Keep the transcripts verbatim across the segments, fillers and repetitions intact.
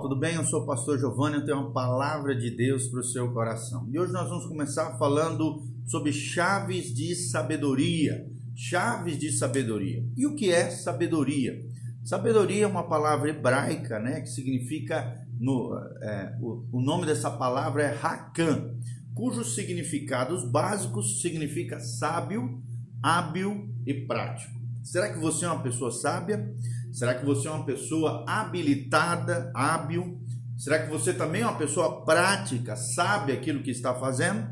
tudo bem? Eu sou o pastor Giovanni, eu tenho uma palavra de Deus para o seu coração. E hoje nós vamos começar falando sobre chaves de sabedoria. Chaves de sabedoria. E o que é sabedoria? Sabedoria é uma palavra hebraica, né, que significa, no, é, o, o nome dessa palavra é Hakam, cujos significados básicos significa sábio, hábil e prático. Será que você é uma pessoa sábia? Será que você é uma pessoa habilitada, hábil? Será que você também é uma pessoa prática, sabe aquilo que está fazendo?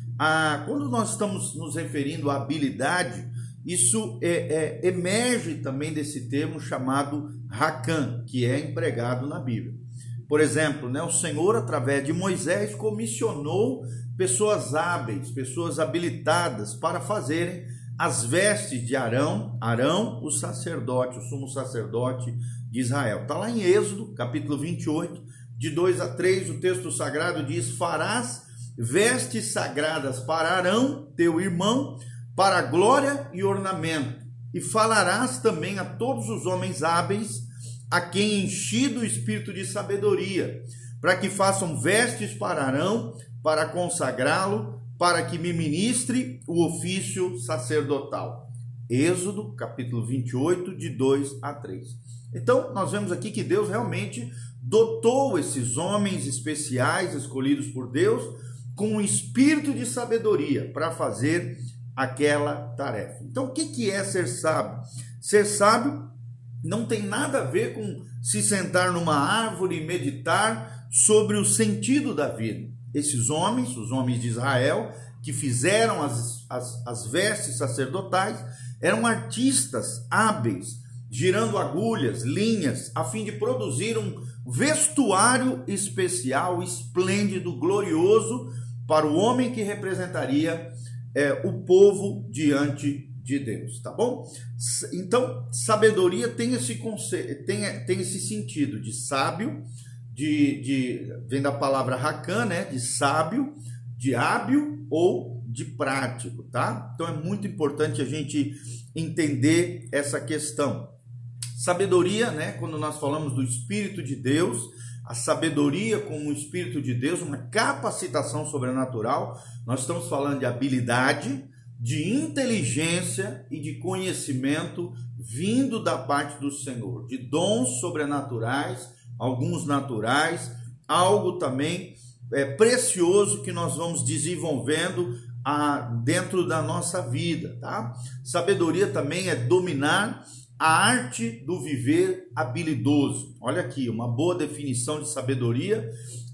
Ah, quando nós estamos nos referindo à habilidade, isso é, é, emerge também desse termo chamado Hakam, que é empregado na Bíblia. Por exemplo, né, o Senhor, através de Moisés, comissionou pessoas hábeis, pessoas habilitadas para fazerem as vestes de Arão, Arão, o sacerdote, o sumo sacerdote de Israel. Está lá em Êxodo, capítulo vinte e oito, de dois a três, o texto sagrado diz: farás vestes sagradas para Arão, teu irmão, para a glória e ornamento, e falarás também a todos os homens hábeis, a quem enchi do espírito de sabedoria, para que façam vestes para Arão, para consagrá-lo, para que me ministre o ofício sacerdotal. Êxodo, capítulo vinte e oito, de dois a três. Então, nós vemos aqui que Deus realmente dotou esses homens especiais, escolhidos por Deus, com um espírito de sabedoria para fazer aquela tarefa. Então, o que é ser sábio? Ser sábio não tem nada a ver com se sentar numa árvore e meditar sobre o sentido da vida. Esses homens, os homens de Israel, que fizeram as, as, as vestes sacerdotais, eram artistas hábeis, girando agulhas, linhas, a fim de produzir um vestuário especial, esplêndido, glorioso, para o homem que representaria é, o povo diante de Deus, tá bom? Então, sabedoria tem esse conceito, tem, tem esse sentido de sábio, De, de, vem da palavra Hakam, né, de sábio, de hábil ou de prático, tá? Então é muito importante a gente entender essa questão. Sabedoria, né, quando nós falamos do Espírito de Deus, a sabedoria como o Espírito de Deus, uma capacitação sobrenatural, nós estamos falando de habilidade, de inteligência e de conhecimento vindo da parte do Senhor, de dons sobrenaturais, alguns naturais, algo também é, precioso que nós vamos desenvolvendo a, dentro da nossa vida, tá? Sabedoria também é dominar a arte do viver habilidoso. Olha aqui, uma boa definição de sabedoria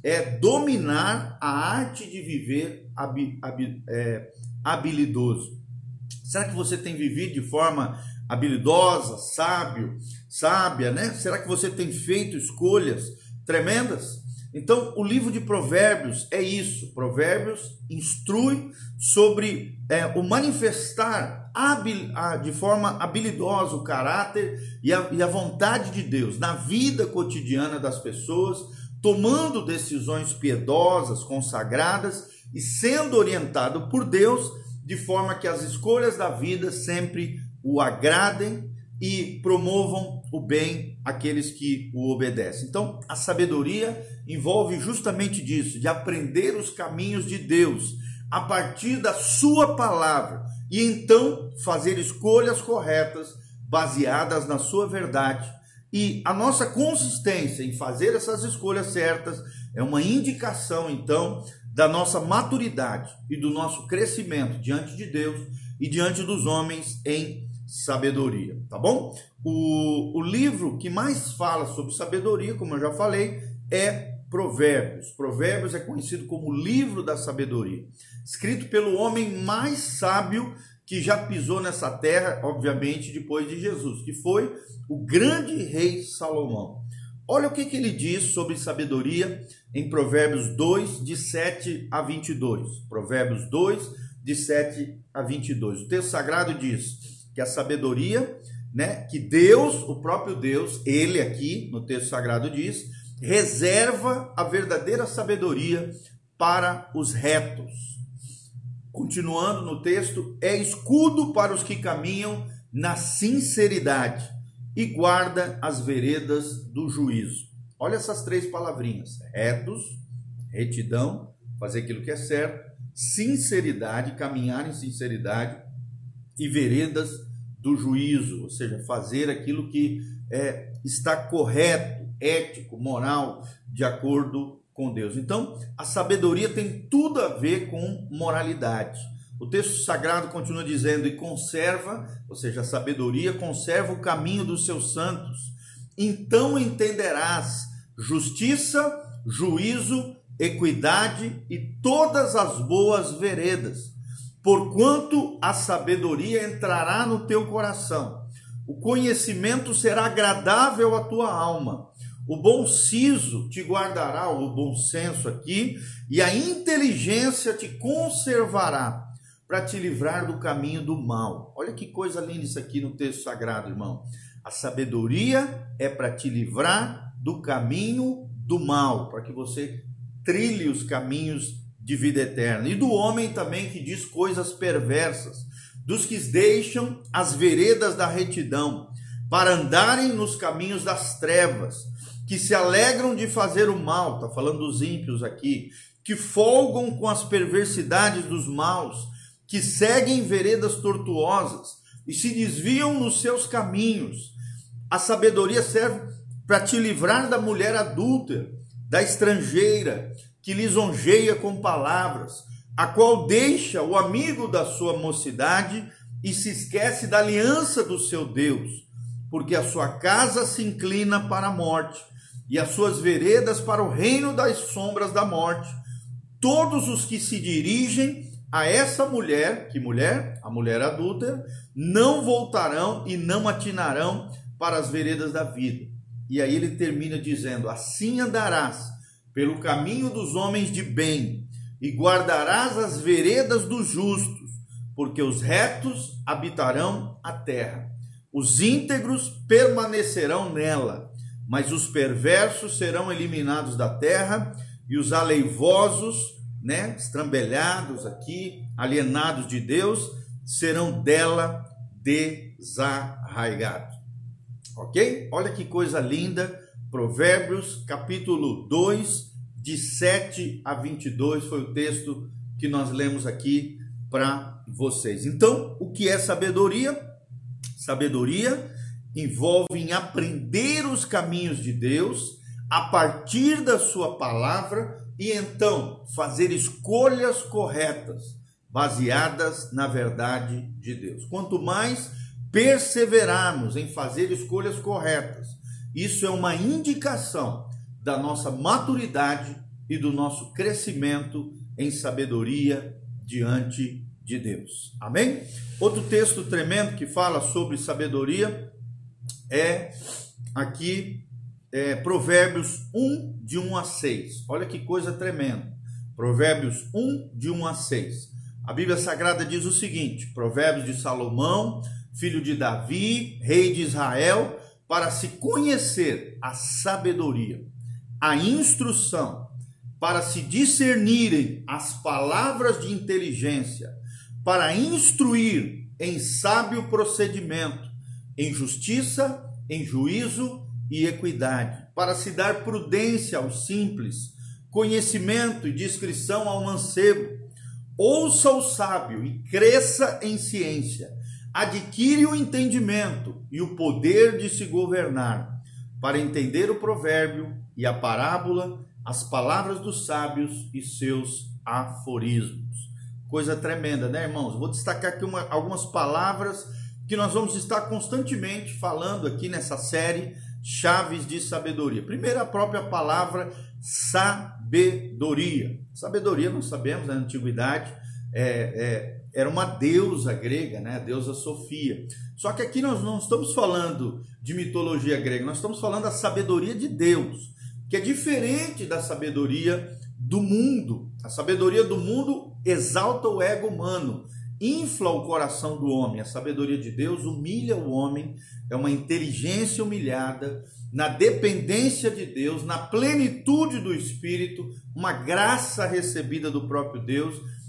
é dominar a arte de viver habi, habi, é, habilidoso. Será que você tem vivido de forma habilidosa, sábio, sábia, né? Será que você tem feito escolhas tremendas? Então, o livro de Provérbios é isso. Provérbios instrui sobre é, o manifestar habil, de forma habilidosa o caráter e a, e a vontade de Deus na vida cotidiana das pessoas, tomando decisões piedosas, consagradas e sendo orientado por Deus, de forma que as escolhas da vida sempre o agradem e promovam o bem àqueles que o obedecem. Então, a sabedoria envolve justamente disso, de aprender os caminhos de Deus a partir da sua palavra e então fazer escolhas corretas baseadas na sua verdade. E a nossa consistência em fazer essas escolhas certas é uma indicação, então, da nossa maturidade e do nosso crescimento diante de Deus e diante dos homens em sabedoria, tá bom? O, o livro que mais fala sobre sabedoria, como eu já falei, é Provérbios. Provérbios é conhecido como o livro da sabedoria, escrito pelo homem mais sábio que já pisou nessa terra, obviamente depois de Jesus, que foi o grande rei Salomão. Olha o que, que ele diz sobre sabedoria em Provérbios dois, de sete a vinte e dois. Provérbios dois, de sete a vinte e dois. O texto sagrado diz que a sabedoria, né, que Deus, o próprio Deus, ele aqui no texto sagrado diz, reserva a verdadeira sabedoria para os retos. Continuando no texto, é escudo para os que caminham na sinceridade e guarda as veredas do juízo. Olha essas três palavrinhas: retos, retidão, fazer aquilo que é certo, sinceridade, caminhar em sinceridade, e veredas do juízo, ou seja, fazer aquilo que é, está correto, ético, moral, de acordo com Deus. Então, a sabedoria tem tudo a ver com moralidade. O texto sagrado continua dizendo: e conserva, ou seja, a sabedoria conserva o caminho dos seus santos. Então entenderás justiça, juízo, equidade e todas as boas veredas, porquanto a sabedoria entrará no teu coração. O conhecimento será agradável à tua alma. O bom siso te guardará, o bom senso aqui, e a inteligência te conservará, para te livrar do caminho do mal. Olha que coisa linda isso aqui no texto sagrado, irmão. A sabedoria é para te livrar do caminho do mal, para que você trilhe os caminhos de vida eterna. E do homem também que diz coisas perversas, dos que deixam as veredas da retidão, para andarem nos caminhos das trevas, que se alegram de fazer o mal, está falando dos ímpios aqui, que folgam com as perversidades dos maus, que seguem veredas tortuosas e se desviam nos seus caminhos. A sabedoria serve para te livrar da mulher adúltera, da estrangeira, que lisonjeia com palavras, a qual deixa o amigo da sua mocidade e se esquece da aliança do seu Deus, porque a sua casa se inclina para a morte e as suas veredas para o reino das sombras da morte. Todos os que se dirigem a essa mulher, que mulher? A mulher adúltera, não voltarão e não atinarão para as veredas da vida. E aí ele termina dizendo: assim andarás pelo caminho dos homens de bem, e guardarás as veredas dos justos, porque os retos habitarão a terra. Os íntegros permanecerão nela, mas os perversos serão eliminados da terra, e os aleivosos, né, estrambelhados aqui, alienados de Deus, serão dela desarraigados. Ok? Olha que coisa linda. Provérbios capítulo dois, de sete a vinte e dois, foi o texto que nós lemos aqui para vocês. Então, o que é sabedoria? Sabedoria envolve em aprender os caminhos de Deus a partir da sua palavra e então fazer escolhas corretas, baseadas na verdade de Deus. Quanto mais perseverarmos em fazer escolhas corretas, isso é uma indicação da nossa maturidade e do nosso crescimento em sabedoria diante de Deus. Amém? Outro texto tremendo que fala sobre sabedoria é aqui, é, Provérbios um, de um a seis. Olha que coisa tremenda. Provérbios um, de um a seis. A Bíblia Sagrada diz o seguinte: Provérbios de Salomão, filho de Davi, rei de Israel, para se conhecer a sabedoria, a instrução, para se discernirem as palavras de inteligência, para instruir em sábio procedimento, em justiça, em juízo e equidade, para se dar prudência aos simples, conhecimento e discrição ao mancebo. Ouça o sábio e cresça em ciência, adquire o entendimento e o poder de se governar, para entender o provérbio e a parábola, as palavras dos sábios e seus aforismos. Coisa tremenda, né, irmãos? Vou destacar aqui uma, algumas palavras que nós vamos estar constantemente falando aqui nessa série Chaves de Sabedoria. Primeiro, a própria palavra sabedoria. Sabedoria, nós sabemos, na antiguidade, é, é, era uma deusa grega, né? A deusa Sofia. Só que aqui nós não estamos falando de mitologia grega, nós estamos falando da sabedoria de Deus, que é diferente da sabedoria do mundo. A sabedoria do mundo exalta o ego humano, infla o coração do homem. A sabedoria de Deus humilha o homem, é uma inteligência humilhada, na dependência de Deus, na plenitude do Espírito, uma graça recebida do próprio Deus,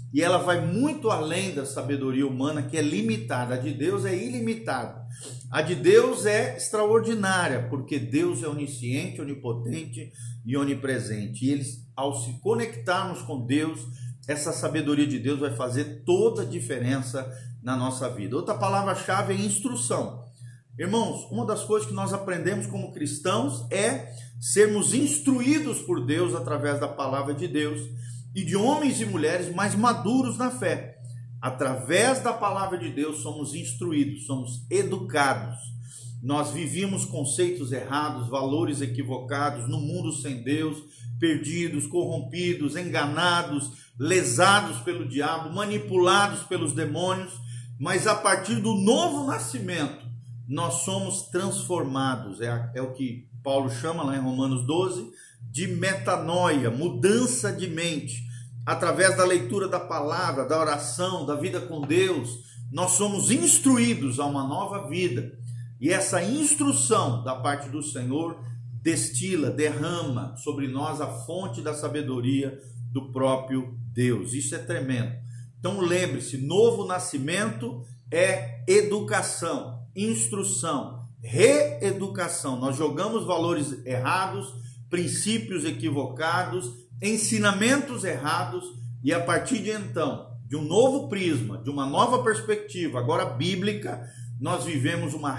e ela vai muito além da sabedoria humana, que é limitada. A de Deus é ilimitada. A de Deus é extraordinária, porque Deus é onisciente, onipotente e onipresente. E eles, ao se conectarmos com Deus, essa sabedoria de Deus vai fazer toda a diferença na nossa vida. Outra palavra-chave é instrução. Irmãos, uma das coisas que nós aprendemos como cristãos é sermos instruídos por Deus através da palavra de Deus e de homens e mulheres mais maduros na fé. Através da palavra de Deus somos instruídos, somos educados. Nós vivíamos conceitos errados, valores equivocados no mundo sem Deus, perdidos, corrompidos, enganados, lesados pelo diabo, manipulados pelos demônios, mas a partir do novo nascimento, nós somos transformados. É, é o que Paulo chama lá em Romanos doze, de metanoia, mudança de mente. Através da leitura da palavra, da oração, da vida com Deus, nós somos instruídos a uma nova vida. E essa instrução da parte do Senhor destila, derrama sobre nós a fonte da sabedoria do próprio Deus. Isso é tremendo. Então lembre-se, novo nascimento é educação, instrução, reeducação. Nós jogamos valores errados, princípios equivocados, ensinamentos errados, e a partir de então, de um novo prisma, de uma nova perspectiva, agora bíblica, nós vivemos uma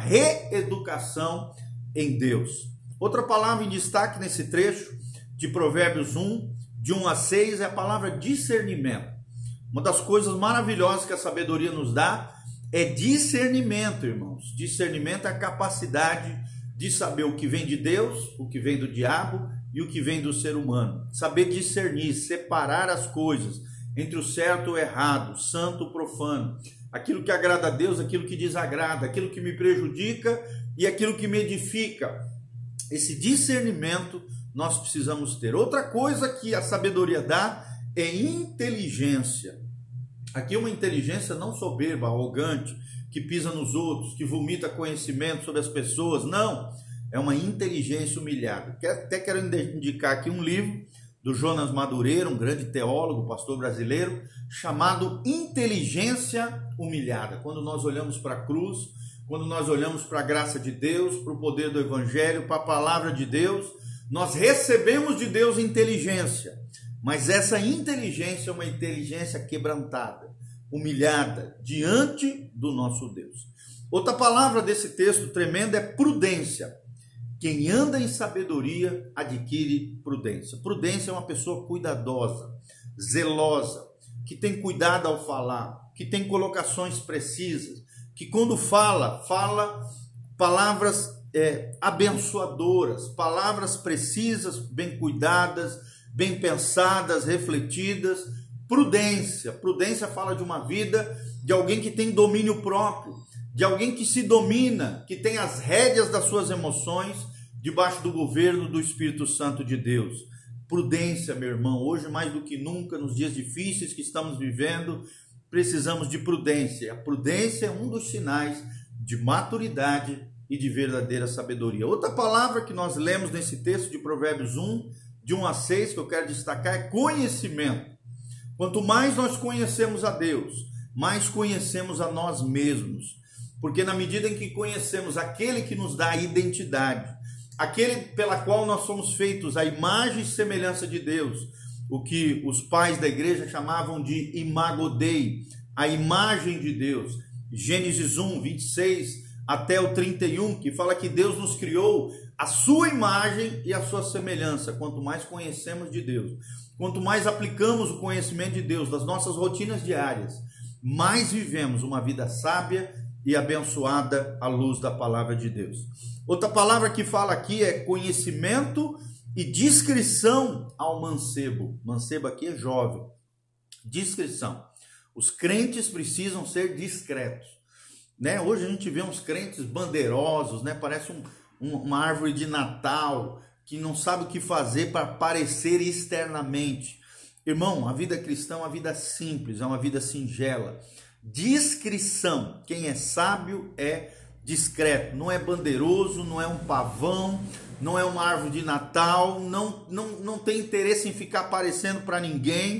reeducação em Deus. Outra palavra em destaque nesse trecho de Provérbios um, de um a seis, é a palavra discernimento. Uma das coisas maravilhosas que a sabedoria nos dá é discernimento, irmãos. Discernimento é a capacidade de saber o que vem de Deus, o que vem do diabo e o que vem do ser humano. Saber discernir, separar as coisas entre o certo e o errado, o santo e o profano, aquilo que agrada a Deus, aquilo que desagrada, aquilo que me prejudica e aquilo que me edifica. Esse discernimento nós precisamos ter. Outra coisa que a sabedoria dá é inteligência. Aqui uma inteligência não soberba, arrogante, que pisa nos outros, que vomita conhecimento sobre as pessoas. Não, é uma inteligência humilhada. Até quero indicar aqui um livro do Jonas Madureira, um grande teólogo, pastor brasileiro, chamado Inteligência Humilhada. Quando nós olhamos para a cruz, quando nós olhamos para a graça de Deus, para o poder do Evangelho, para a palavra de Deus, nós recebemos de Deus inteligência. Mas essa inteligência é uma inteligência quebrantada, humilhada, diante do nosso Deus. Outra palavra desse texto tremendo é prudência. Quem anda em sabedoria adquire prudência. Prudência é uma pessoa cuidadosa, zelosa, que tem cuidado ao falar, que tem colocações precisas, que quando fala, fala palavras é, abençoadoras, palavras precisas, bem cuidadas, bem pensadas, refletidas. Prudência. Prudência fala de uma vida de alguém que tem domínio próprio, de alguém que se domina, que tem as rédeas das suas emoções debaixo do governo do Espírito Santo de Deus. Prudência, meu irmão, hoje mais do que nunca, nos dias difíceis que estamos vivendo, precisamos de prudência. A prudência é um dos sinais de maturidade e de verdadeira sabedoria. Outra palavra que nós lemos nesse texto de Provérbios um, de um a seis, que eu quero destacar, é conhecimento. Quanto mais nós conhecemos a Deus, mais conhecemos a nós mesmos. Porque na medida em que conhecemos aquele que nos dá a identidade, aquele pela qual nós somos feitos a imagem e semelhança de Deus, o que os pais da igreja chamavam de imago Dei, a imagem de Deus. Gênesis um, vinte e seis até o trinta e um, que fala que Deus nos criou a sua imagem e a sua semelhança. Quanto mais conhecemos de Deus, quanto mais aplicamos o conhecimento de Deus nas nossas rotinas diárias, mais vivemos uma vida sábia e abençoada à luz da palavra de Deus. Outra palavra que fala aqui é conhecimento e discrição ao mancebo. Mancebo aqui é jovem. Discrição. Os crentes precisam ser discretos, né? Hoje a gente vê uns crentes bandeirosos, né? Parece um, um, uma árvore de Natal, que não sabe o que fazer para parecer externamente. Irmão, a vida cristã é uma vida simples, é uma vida singela. Discrição. Quem é sábio é discreto, não é bandeiroso, não é um pavão, não é uma árvore de Natal, não, não, não tem interesse em ficar aparecendo para ninguém.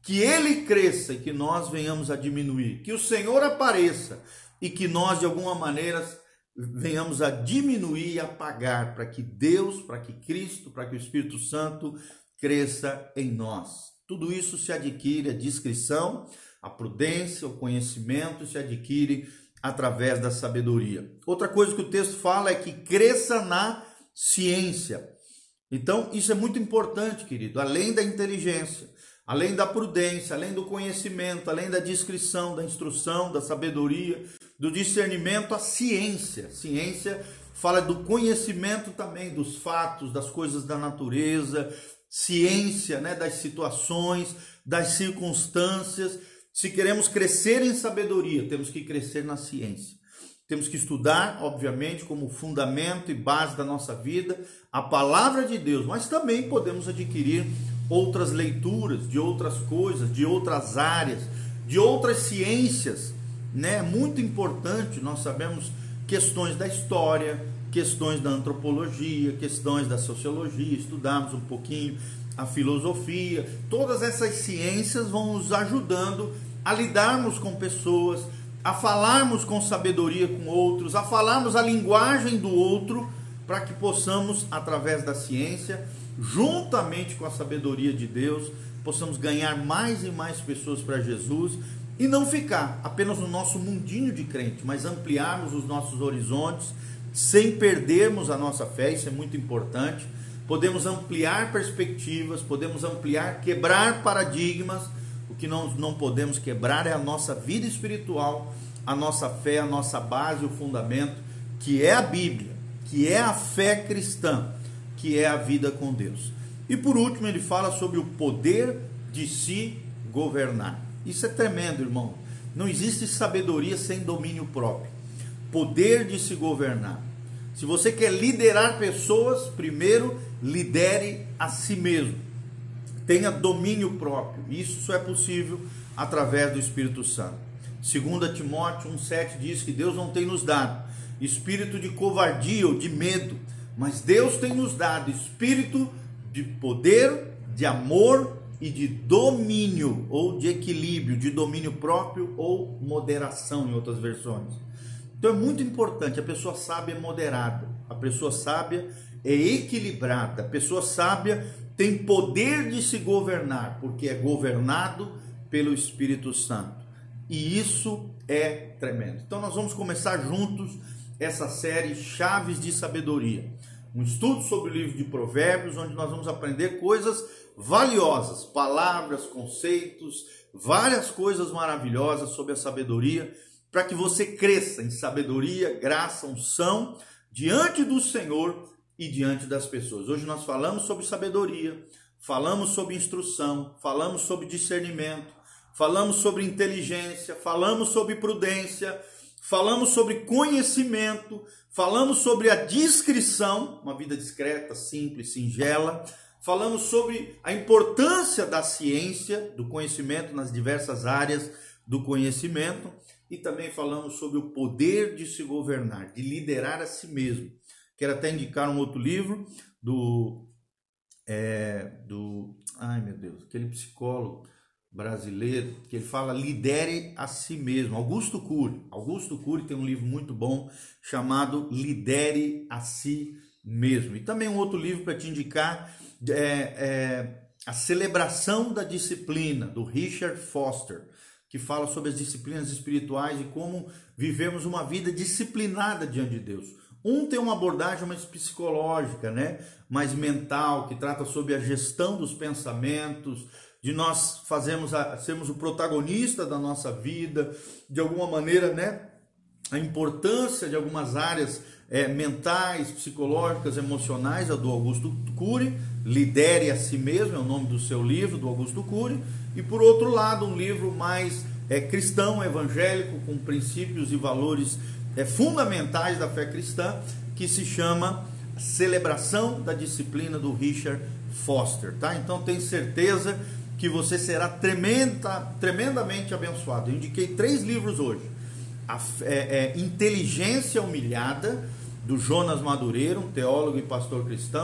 que ele cresça e que nós venhamos a diminuir, que o Senhor apareça e que nós de alguma maneira venhamos a diminuir e apagar, para que Deus, para que Cristo, para que o Espírito Santo cresça em nós. Tudo isso se adquire, a discrição, a prudência, o conhecimento se adquire através da sabedoria. Outra coisa que o texto fala é que cresça na ciência. Então, isso é muito importante, querido, além da inteligência, além da prudência, além do conhecimento, além da discrição, da instrução, da sabedoria, do discernimento, a ciência. Ciência fala do conhecimento também dos fatos, das coisas da natureza, ciência, né, das situações, das circunstâncias. Se queremos crescer em sabedoria, temos que crescer na ciência. Temos que estudar, obviamente, como fundamento e base da nossa vida, a palavra de Deus, mas também podemos adquirir outras leituras de outras coisas, de outras áreas, de outras ciências, né? Muito importante, nós sabemos questões da história, questões da antropologia, questões da sociologia, estudarmos um pouquinho a filosofia. Todas essas ciências vão nos ajudando a lidarmos com pessoas, a falarmos com sabedoria com outros, a falarmos a linguagem do outro, para que possamos, através da ciência, juntamente com a sabedoria de Deus, possamos ganhar mais e mais pessoas para Jesus e não ficar apenas no nosso mundinho de crente, mas ampliarmos os nossos horizontes sem perdermos a nossa fé. Isso é muito importante. Podemos ampliar perspectivas, podemos ampliar, quebrar paradigmas. O que nós não podemos quebrar é a nossa vida espiritual, a nossa fé, a nossa base, o fundamento, que é a Bíblia, que é a fé cristã, que é a vida com Deus. E por último ele fala sobre o poder de se governar. Isso é tremendo, irmão. Não existe sabedoria sem domínio próprio. Poder de se governar. Se você quer liderar pessoas, primeiro lidere a si mesmo. Tenha domínio próprio. Isso só é possível através do Espírito Santo. Segunda Timóteo um sete diz que Deus não tem nos dado espírito de covardia ou de medo, mas Deus tem nos dado espírito de poder, de amor e de domínio, ou de equilíbrio, de domínio próprio ou moderação em outras versões. Então é muito importante, a pessoa sábia é moderada, a pessoa sábia é equilibrada, a pessoa sábia tem poder de se governar, porque é governado pelo Espírito Santo. E isso é tremendo. Então nós vamos começar juntos essa série Chaves de Sabedoria. Um estudo sobre o livro de Provérbios, onde nós vamos aprender coisas valiosas, palavras, conceitos, várias coisas maravilhosas sobre a sabedoria, para que você cresça em sabedoria, graça, unção, diante do Senhor e diante das pessoas. Hoje nós falamos sobre sabedoria, falamos sobre instrução, falamos sobre discernimento, falamos sobre inteligência, falamos sobre prudência, falamos sobre conhecimento, falamos sobre a discrição, uma vida discreta, simples, singela, falamos sobre a importância da ciência, do conhecimento nas diversas áreas do conhecimento, e também falamos sobre o poder de se governar, de liderar a si mesmo. Quero até indicar um outro livro do, é, do, ai meu Deus, aquele psicólogo brasileiro, que ele fala lidere a si mesmo, Augusto Cury. Augusto Cury tem um livro muito bom chamado Lidere a Si Mesmo. E também um outro livro para te indicar, é, é A Celebração da Disciplina, do Richard Foster, que fala sobre as disciplinas espirituais e como vivemos uma vida disciplinada diante de Deus. Um tem uma abordagem mais psicológica, né? Mais mental, que trata sobre a gestão dos pensamentos, de nós fazermos a, sermos o protagonista da nossa vida, de alguma maneira, né? A importância de algumas áreas é, mentais, psicológicas, emocionais, a do Augusto Cury, Lidere a Si Mesmo, é o nome do seu livro, do Augusto Cury, e por outro lado, um livro mais é, cristão, evangélico, com princípios e valores é, fundamentais da fé cristã, que se chama Celebração da Disciplina, do Richard Foster, tá? Então tenho certeza que você será tremenda, tremendamente abençoado. Eu indiquei três livros hoje. A, é, é, Inteligência Humilhada, do Jonas Madureira, um teólogo e pastor cristão.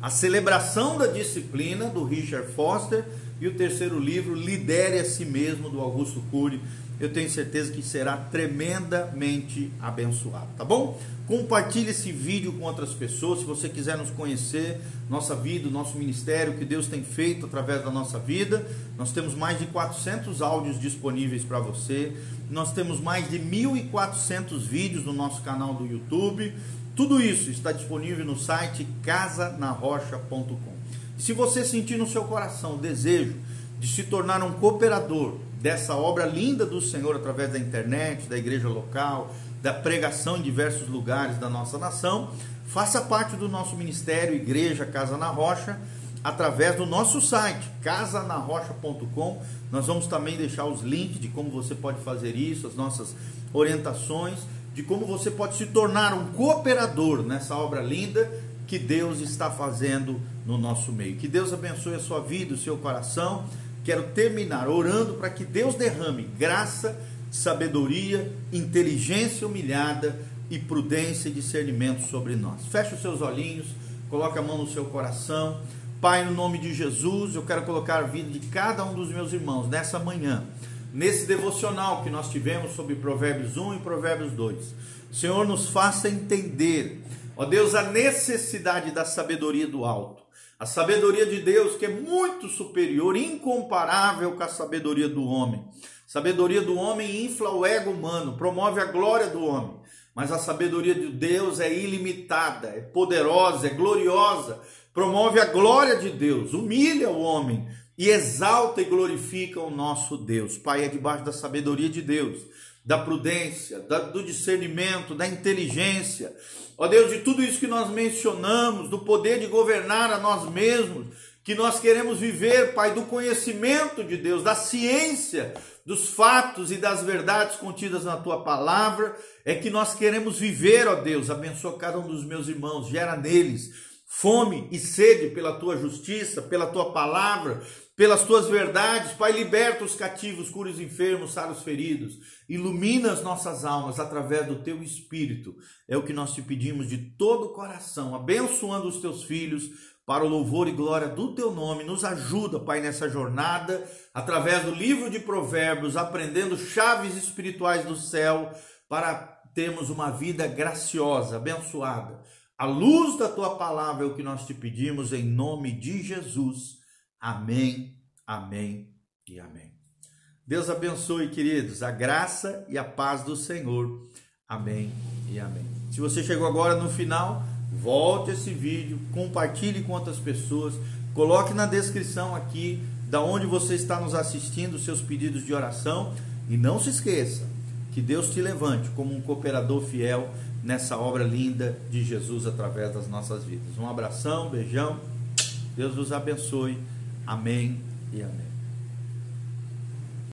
A Celebração da Disciplina, do Richard Foster, e o terceiro livro, Lidere a Si Mesmo, do Augusto Cury. Eu tenho certeza que será tremendamente abençoado, tá bom? Compartilhe esse vídeo com outras pessoas. Se você quiser nos conhecer, nossa vida, o nosso ministério, o que Deus tem feito através da nossa vida, nós temos mais de quatrocentos áudios disponíveis para você. Nós temos mais de mil e quatrocentos vídeos no nosso canal do YouTube. Tudo isso está disponível no site casa na rocha ponto com. Se você sentir no seu coração o desejo de se tornar um cooperador dessa obra linda do Senhor através da internet, da igreja local, da pregação em diversos lugares da nossa nação, faça parte do nosso ministério Igreja Casa na Rocha através do nosso site casa na rocha ponto com. Nós vamos também deixar os links de como você pode fazer isso, as nossas orientações de como você pode se tornar um cooperador nessa obra linda que Deus está fazendo no nosso meio. Que Deus abençoe a sua vida, o seu coração. Quero terminar orando para que Deus derrame graça, sabedoria, inteligência humilhada e prudência e discernimento sobre nós. Feche os seus olhinhos, coloque a mão no seu coração. Pai, no nome de Jesus, eu quero colocar a vida de cada um dos meus irmãos nessa manhã, nesse devocional que nós tivemos sobre Provérbios um e Provérbios dois. Senhor, nos faça entender, ó Deus, a necessidade da sabedoria do alto. A sabedoria de Deus, que é muito superior, incomparável com a sabedoria do homem. A sabedoria do homem infla o ego humano, promove a glória do homem. Mas a sabedoria de Deus é ilimitada, é poderosa, é gloriosa, promove a glória de Deus, humilha o homem e exalta e glorifica o nosso Deus. Pai, é debaixo da sabedoria de Deus, da prudência, da, do discernimento, da inteligência, ó Deus, de tudo isso que nós mencionamos, do poder de governar a nós mesmos, que nós queremos viver, Pai, do conhecimento de Deus, da ciência, dos fatos e das verdades contidas na Tua Palavra, é que nós queremos viver, ó Deus. Abençoa cada um dos meus irmãos, gera neles fome e sede pela Tua justiça, pela Tua Palavra, pelas Tuas verdades. Pai, liberta os cativos, cura os enfermos, sara os feridos, ilumina as nossas almas através do Teu Espírito. É o que nós te pedimos de todo o coração, abençoando os Teus filhos, para o louvor e glória do Teu nome. Nos ajuda, Pai, nessa jornada, através do livro de Provérbios, aprendendo chaves espirituais do céu, para termos uma vida graciosa, abençoada. A luz da Tua palavra é o que nós te pedimos, em nome de Jesus. Amém, amém e amém. Deus abençoe, queridos, a graça e a paz do Senhor. Amém e amém. Se você chegou agora no final, volte esse vídeo, compartilhe com outras pessoas, coloque na descrição aqui da onde você está nos assistindo, seus pedidos de oração, e não se esqueça que Deus te levante como um cooperador fiel nessa obra linda de Jesus através das nossas vidas. Um abração, beijão, Deus vos abençoe, amém e amém.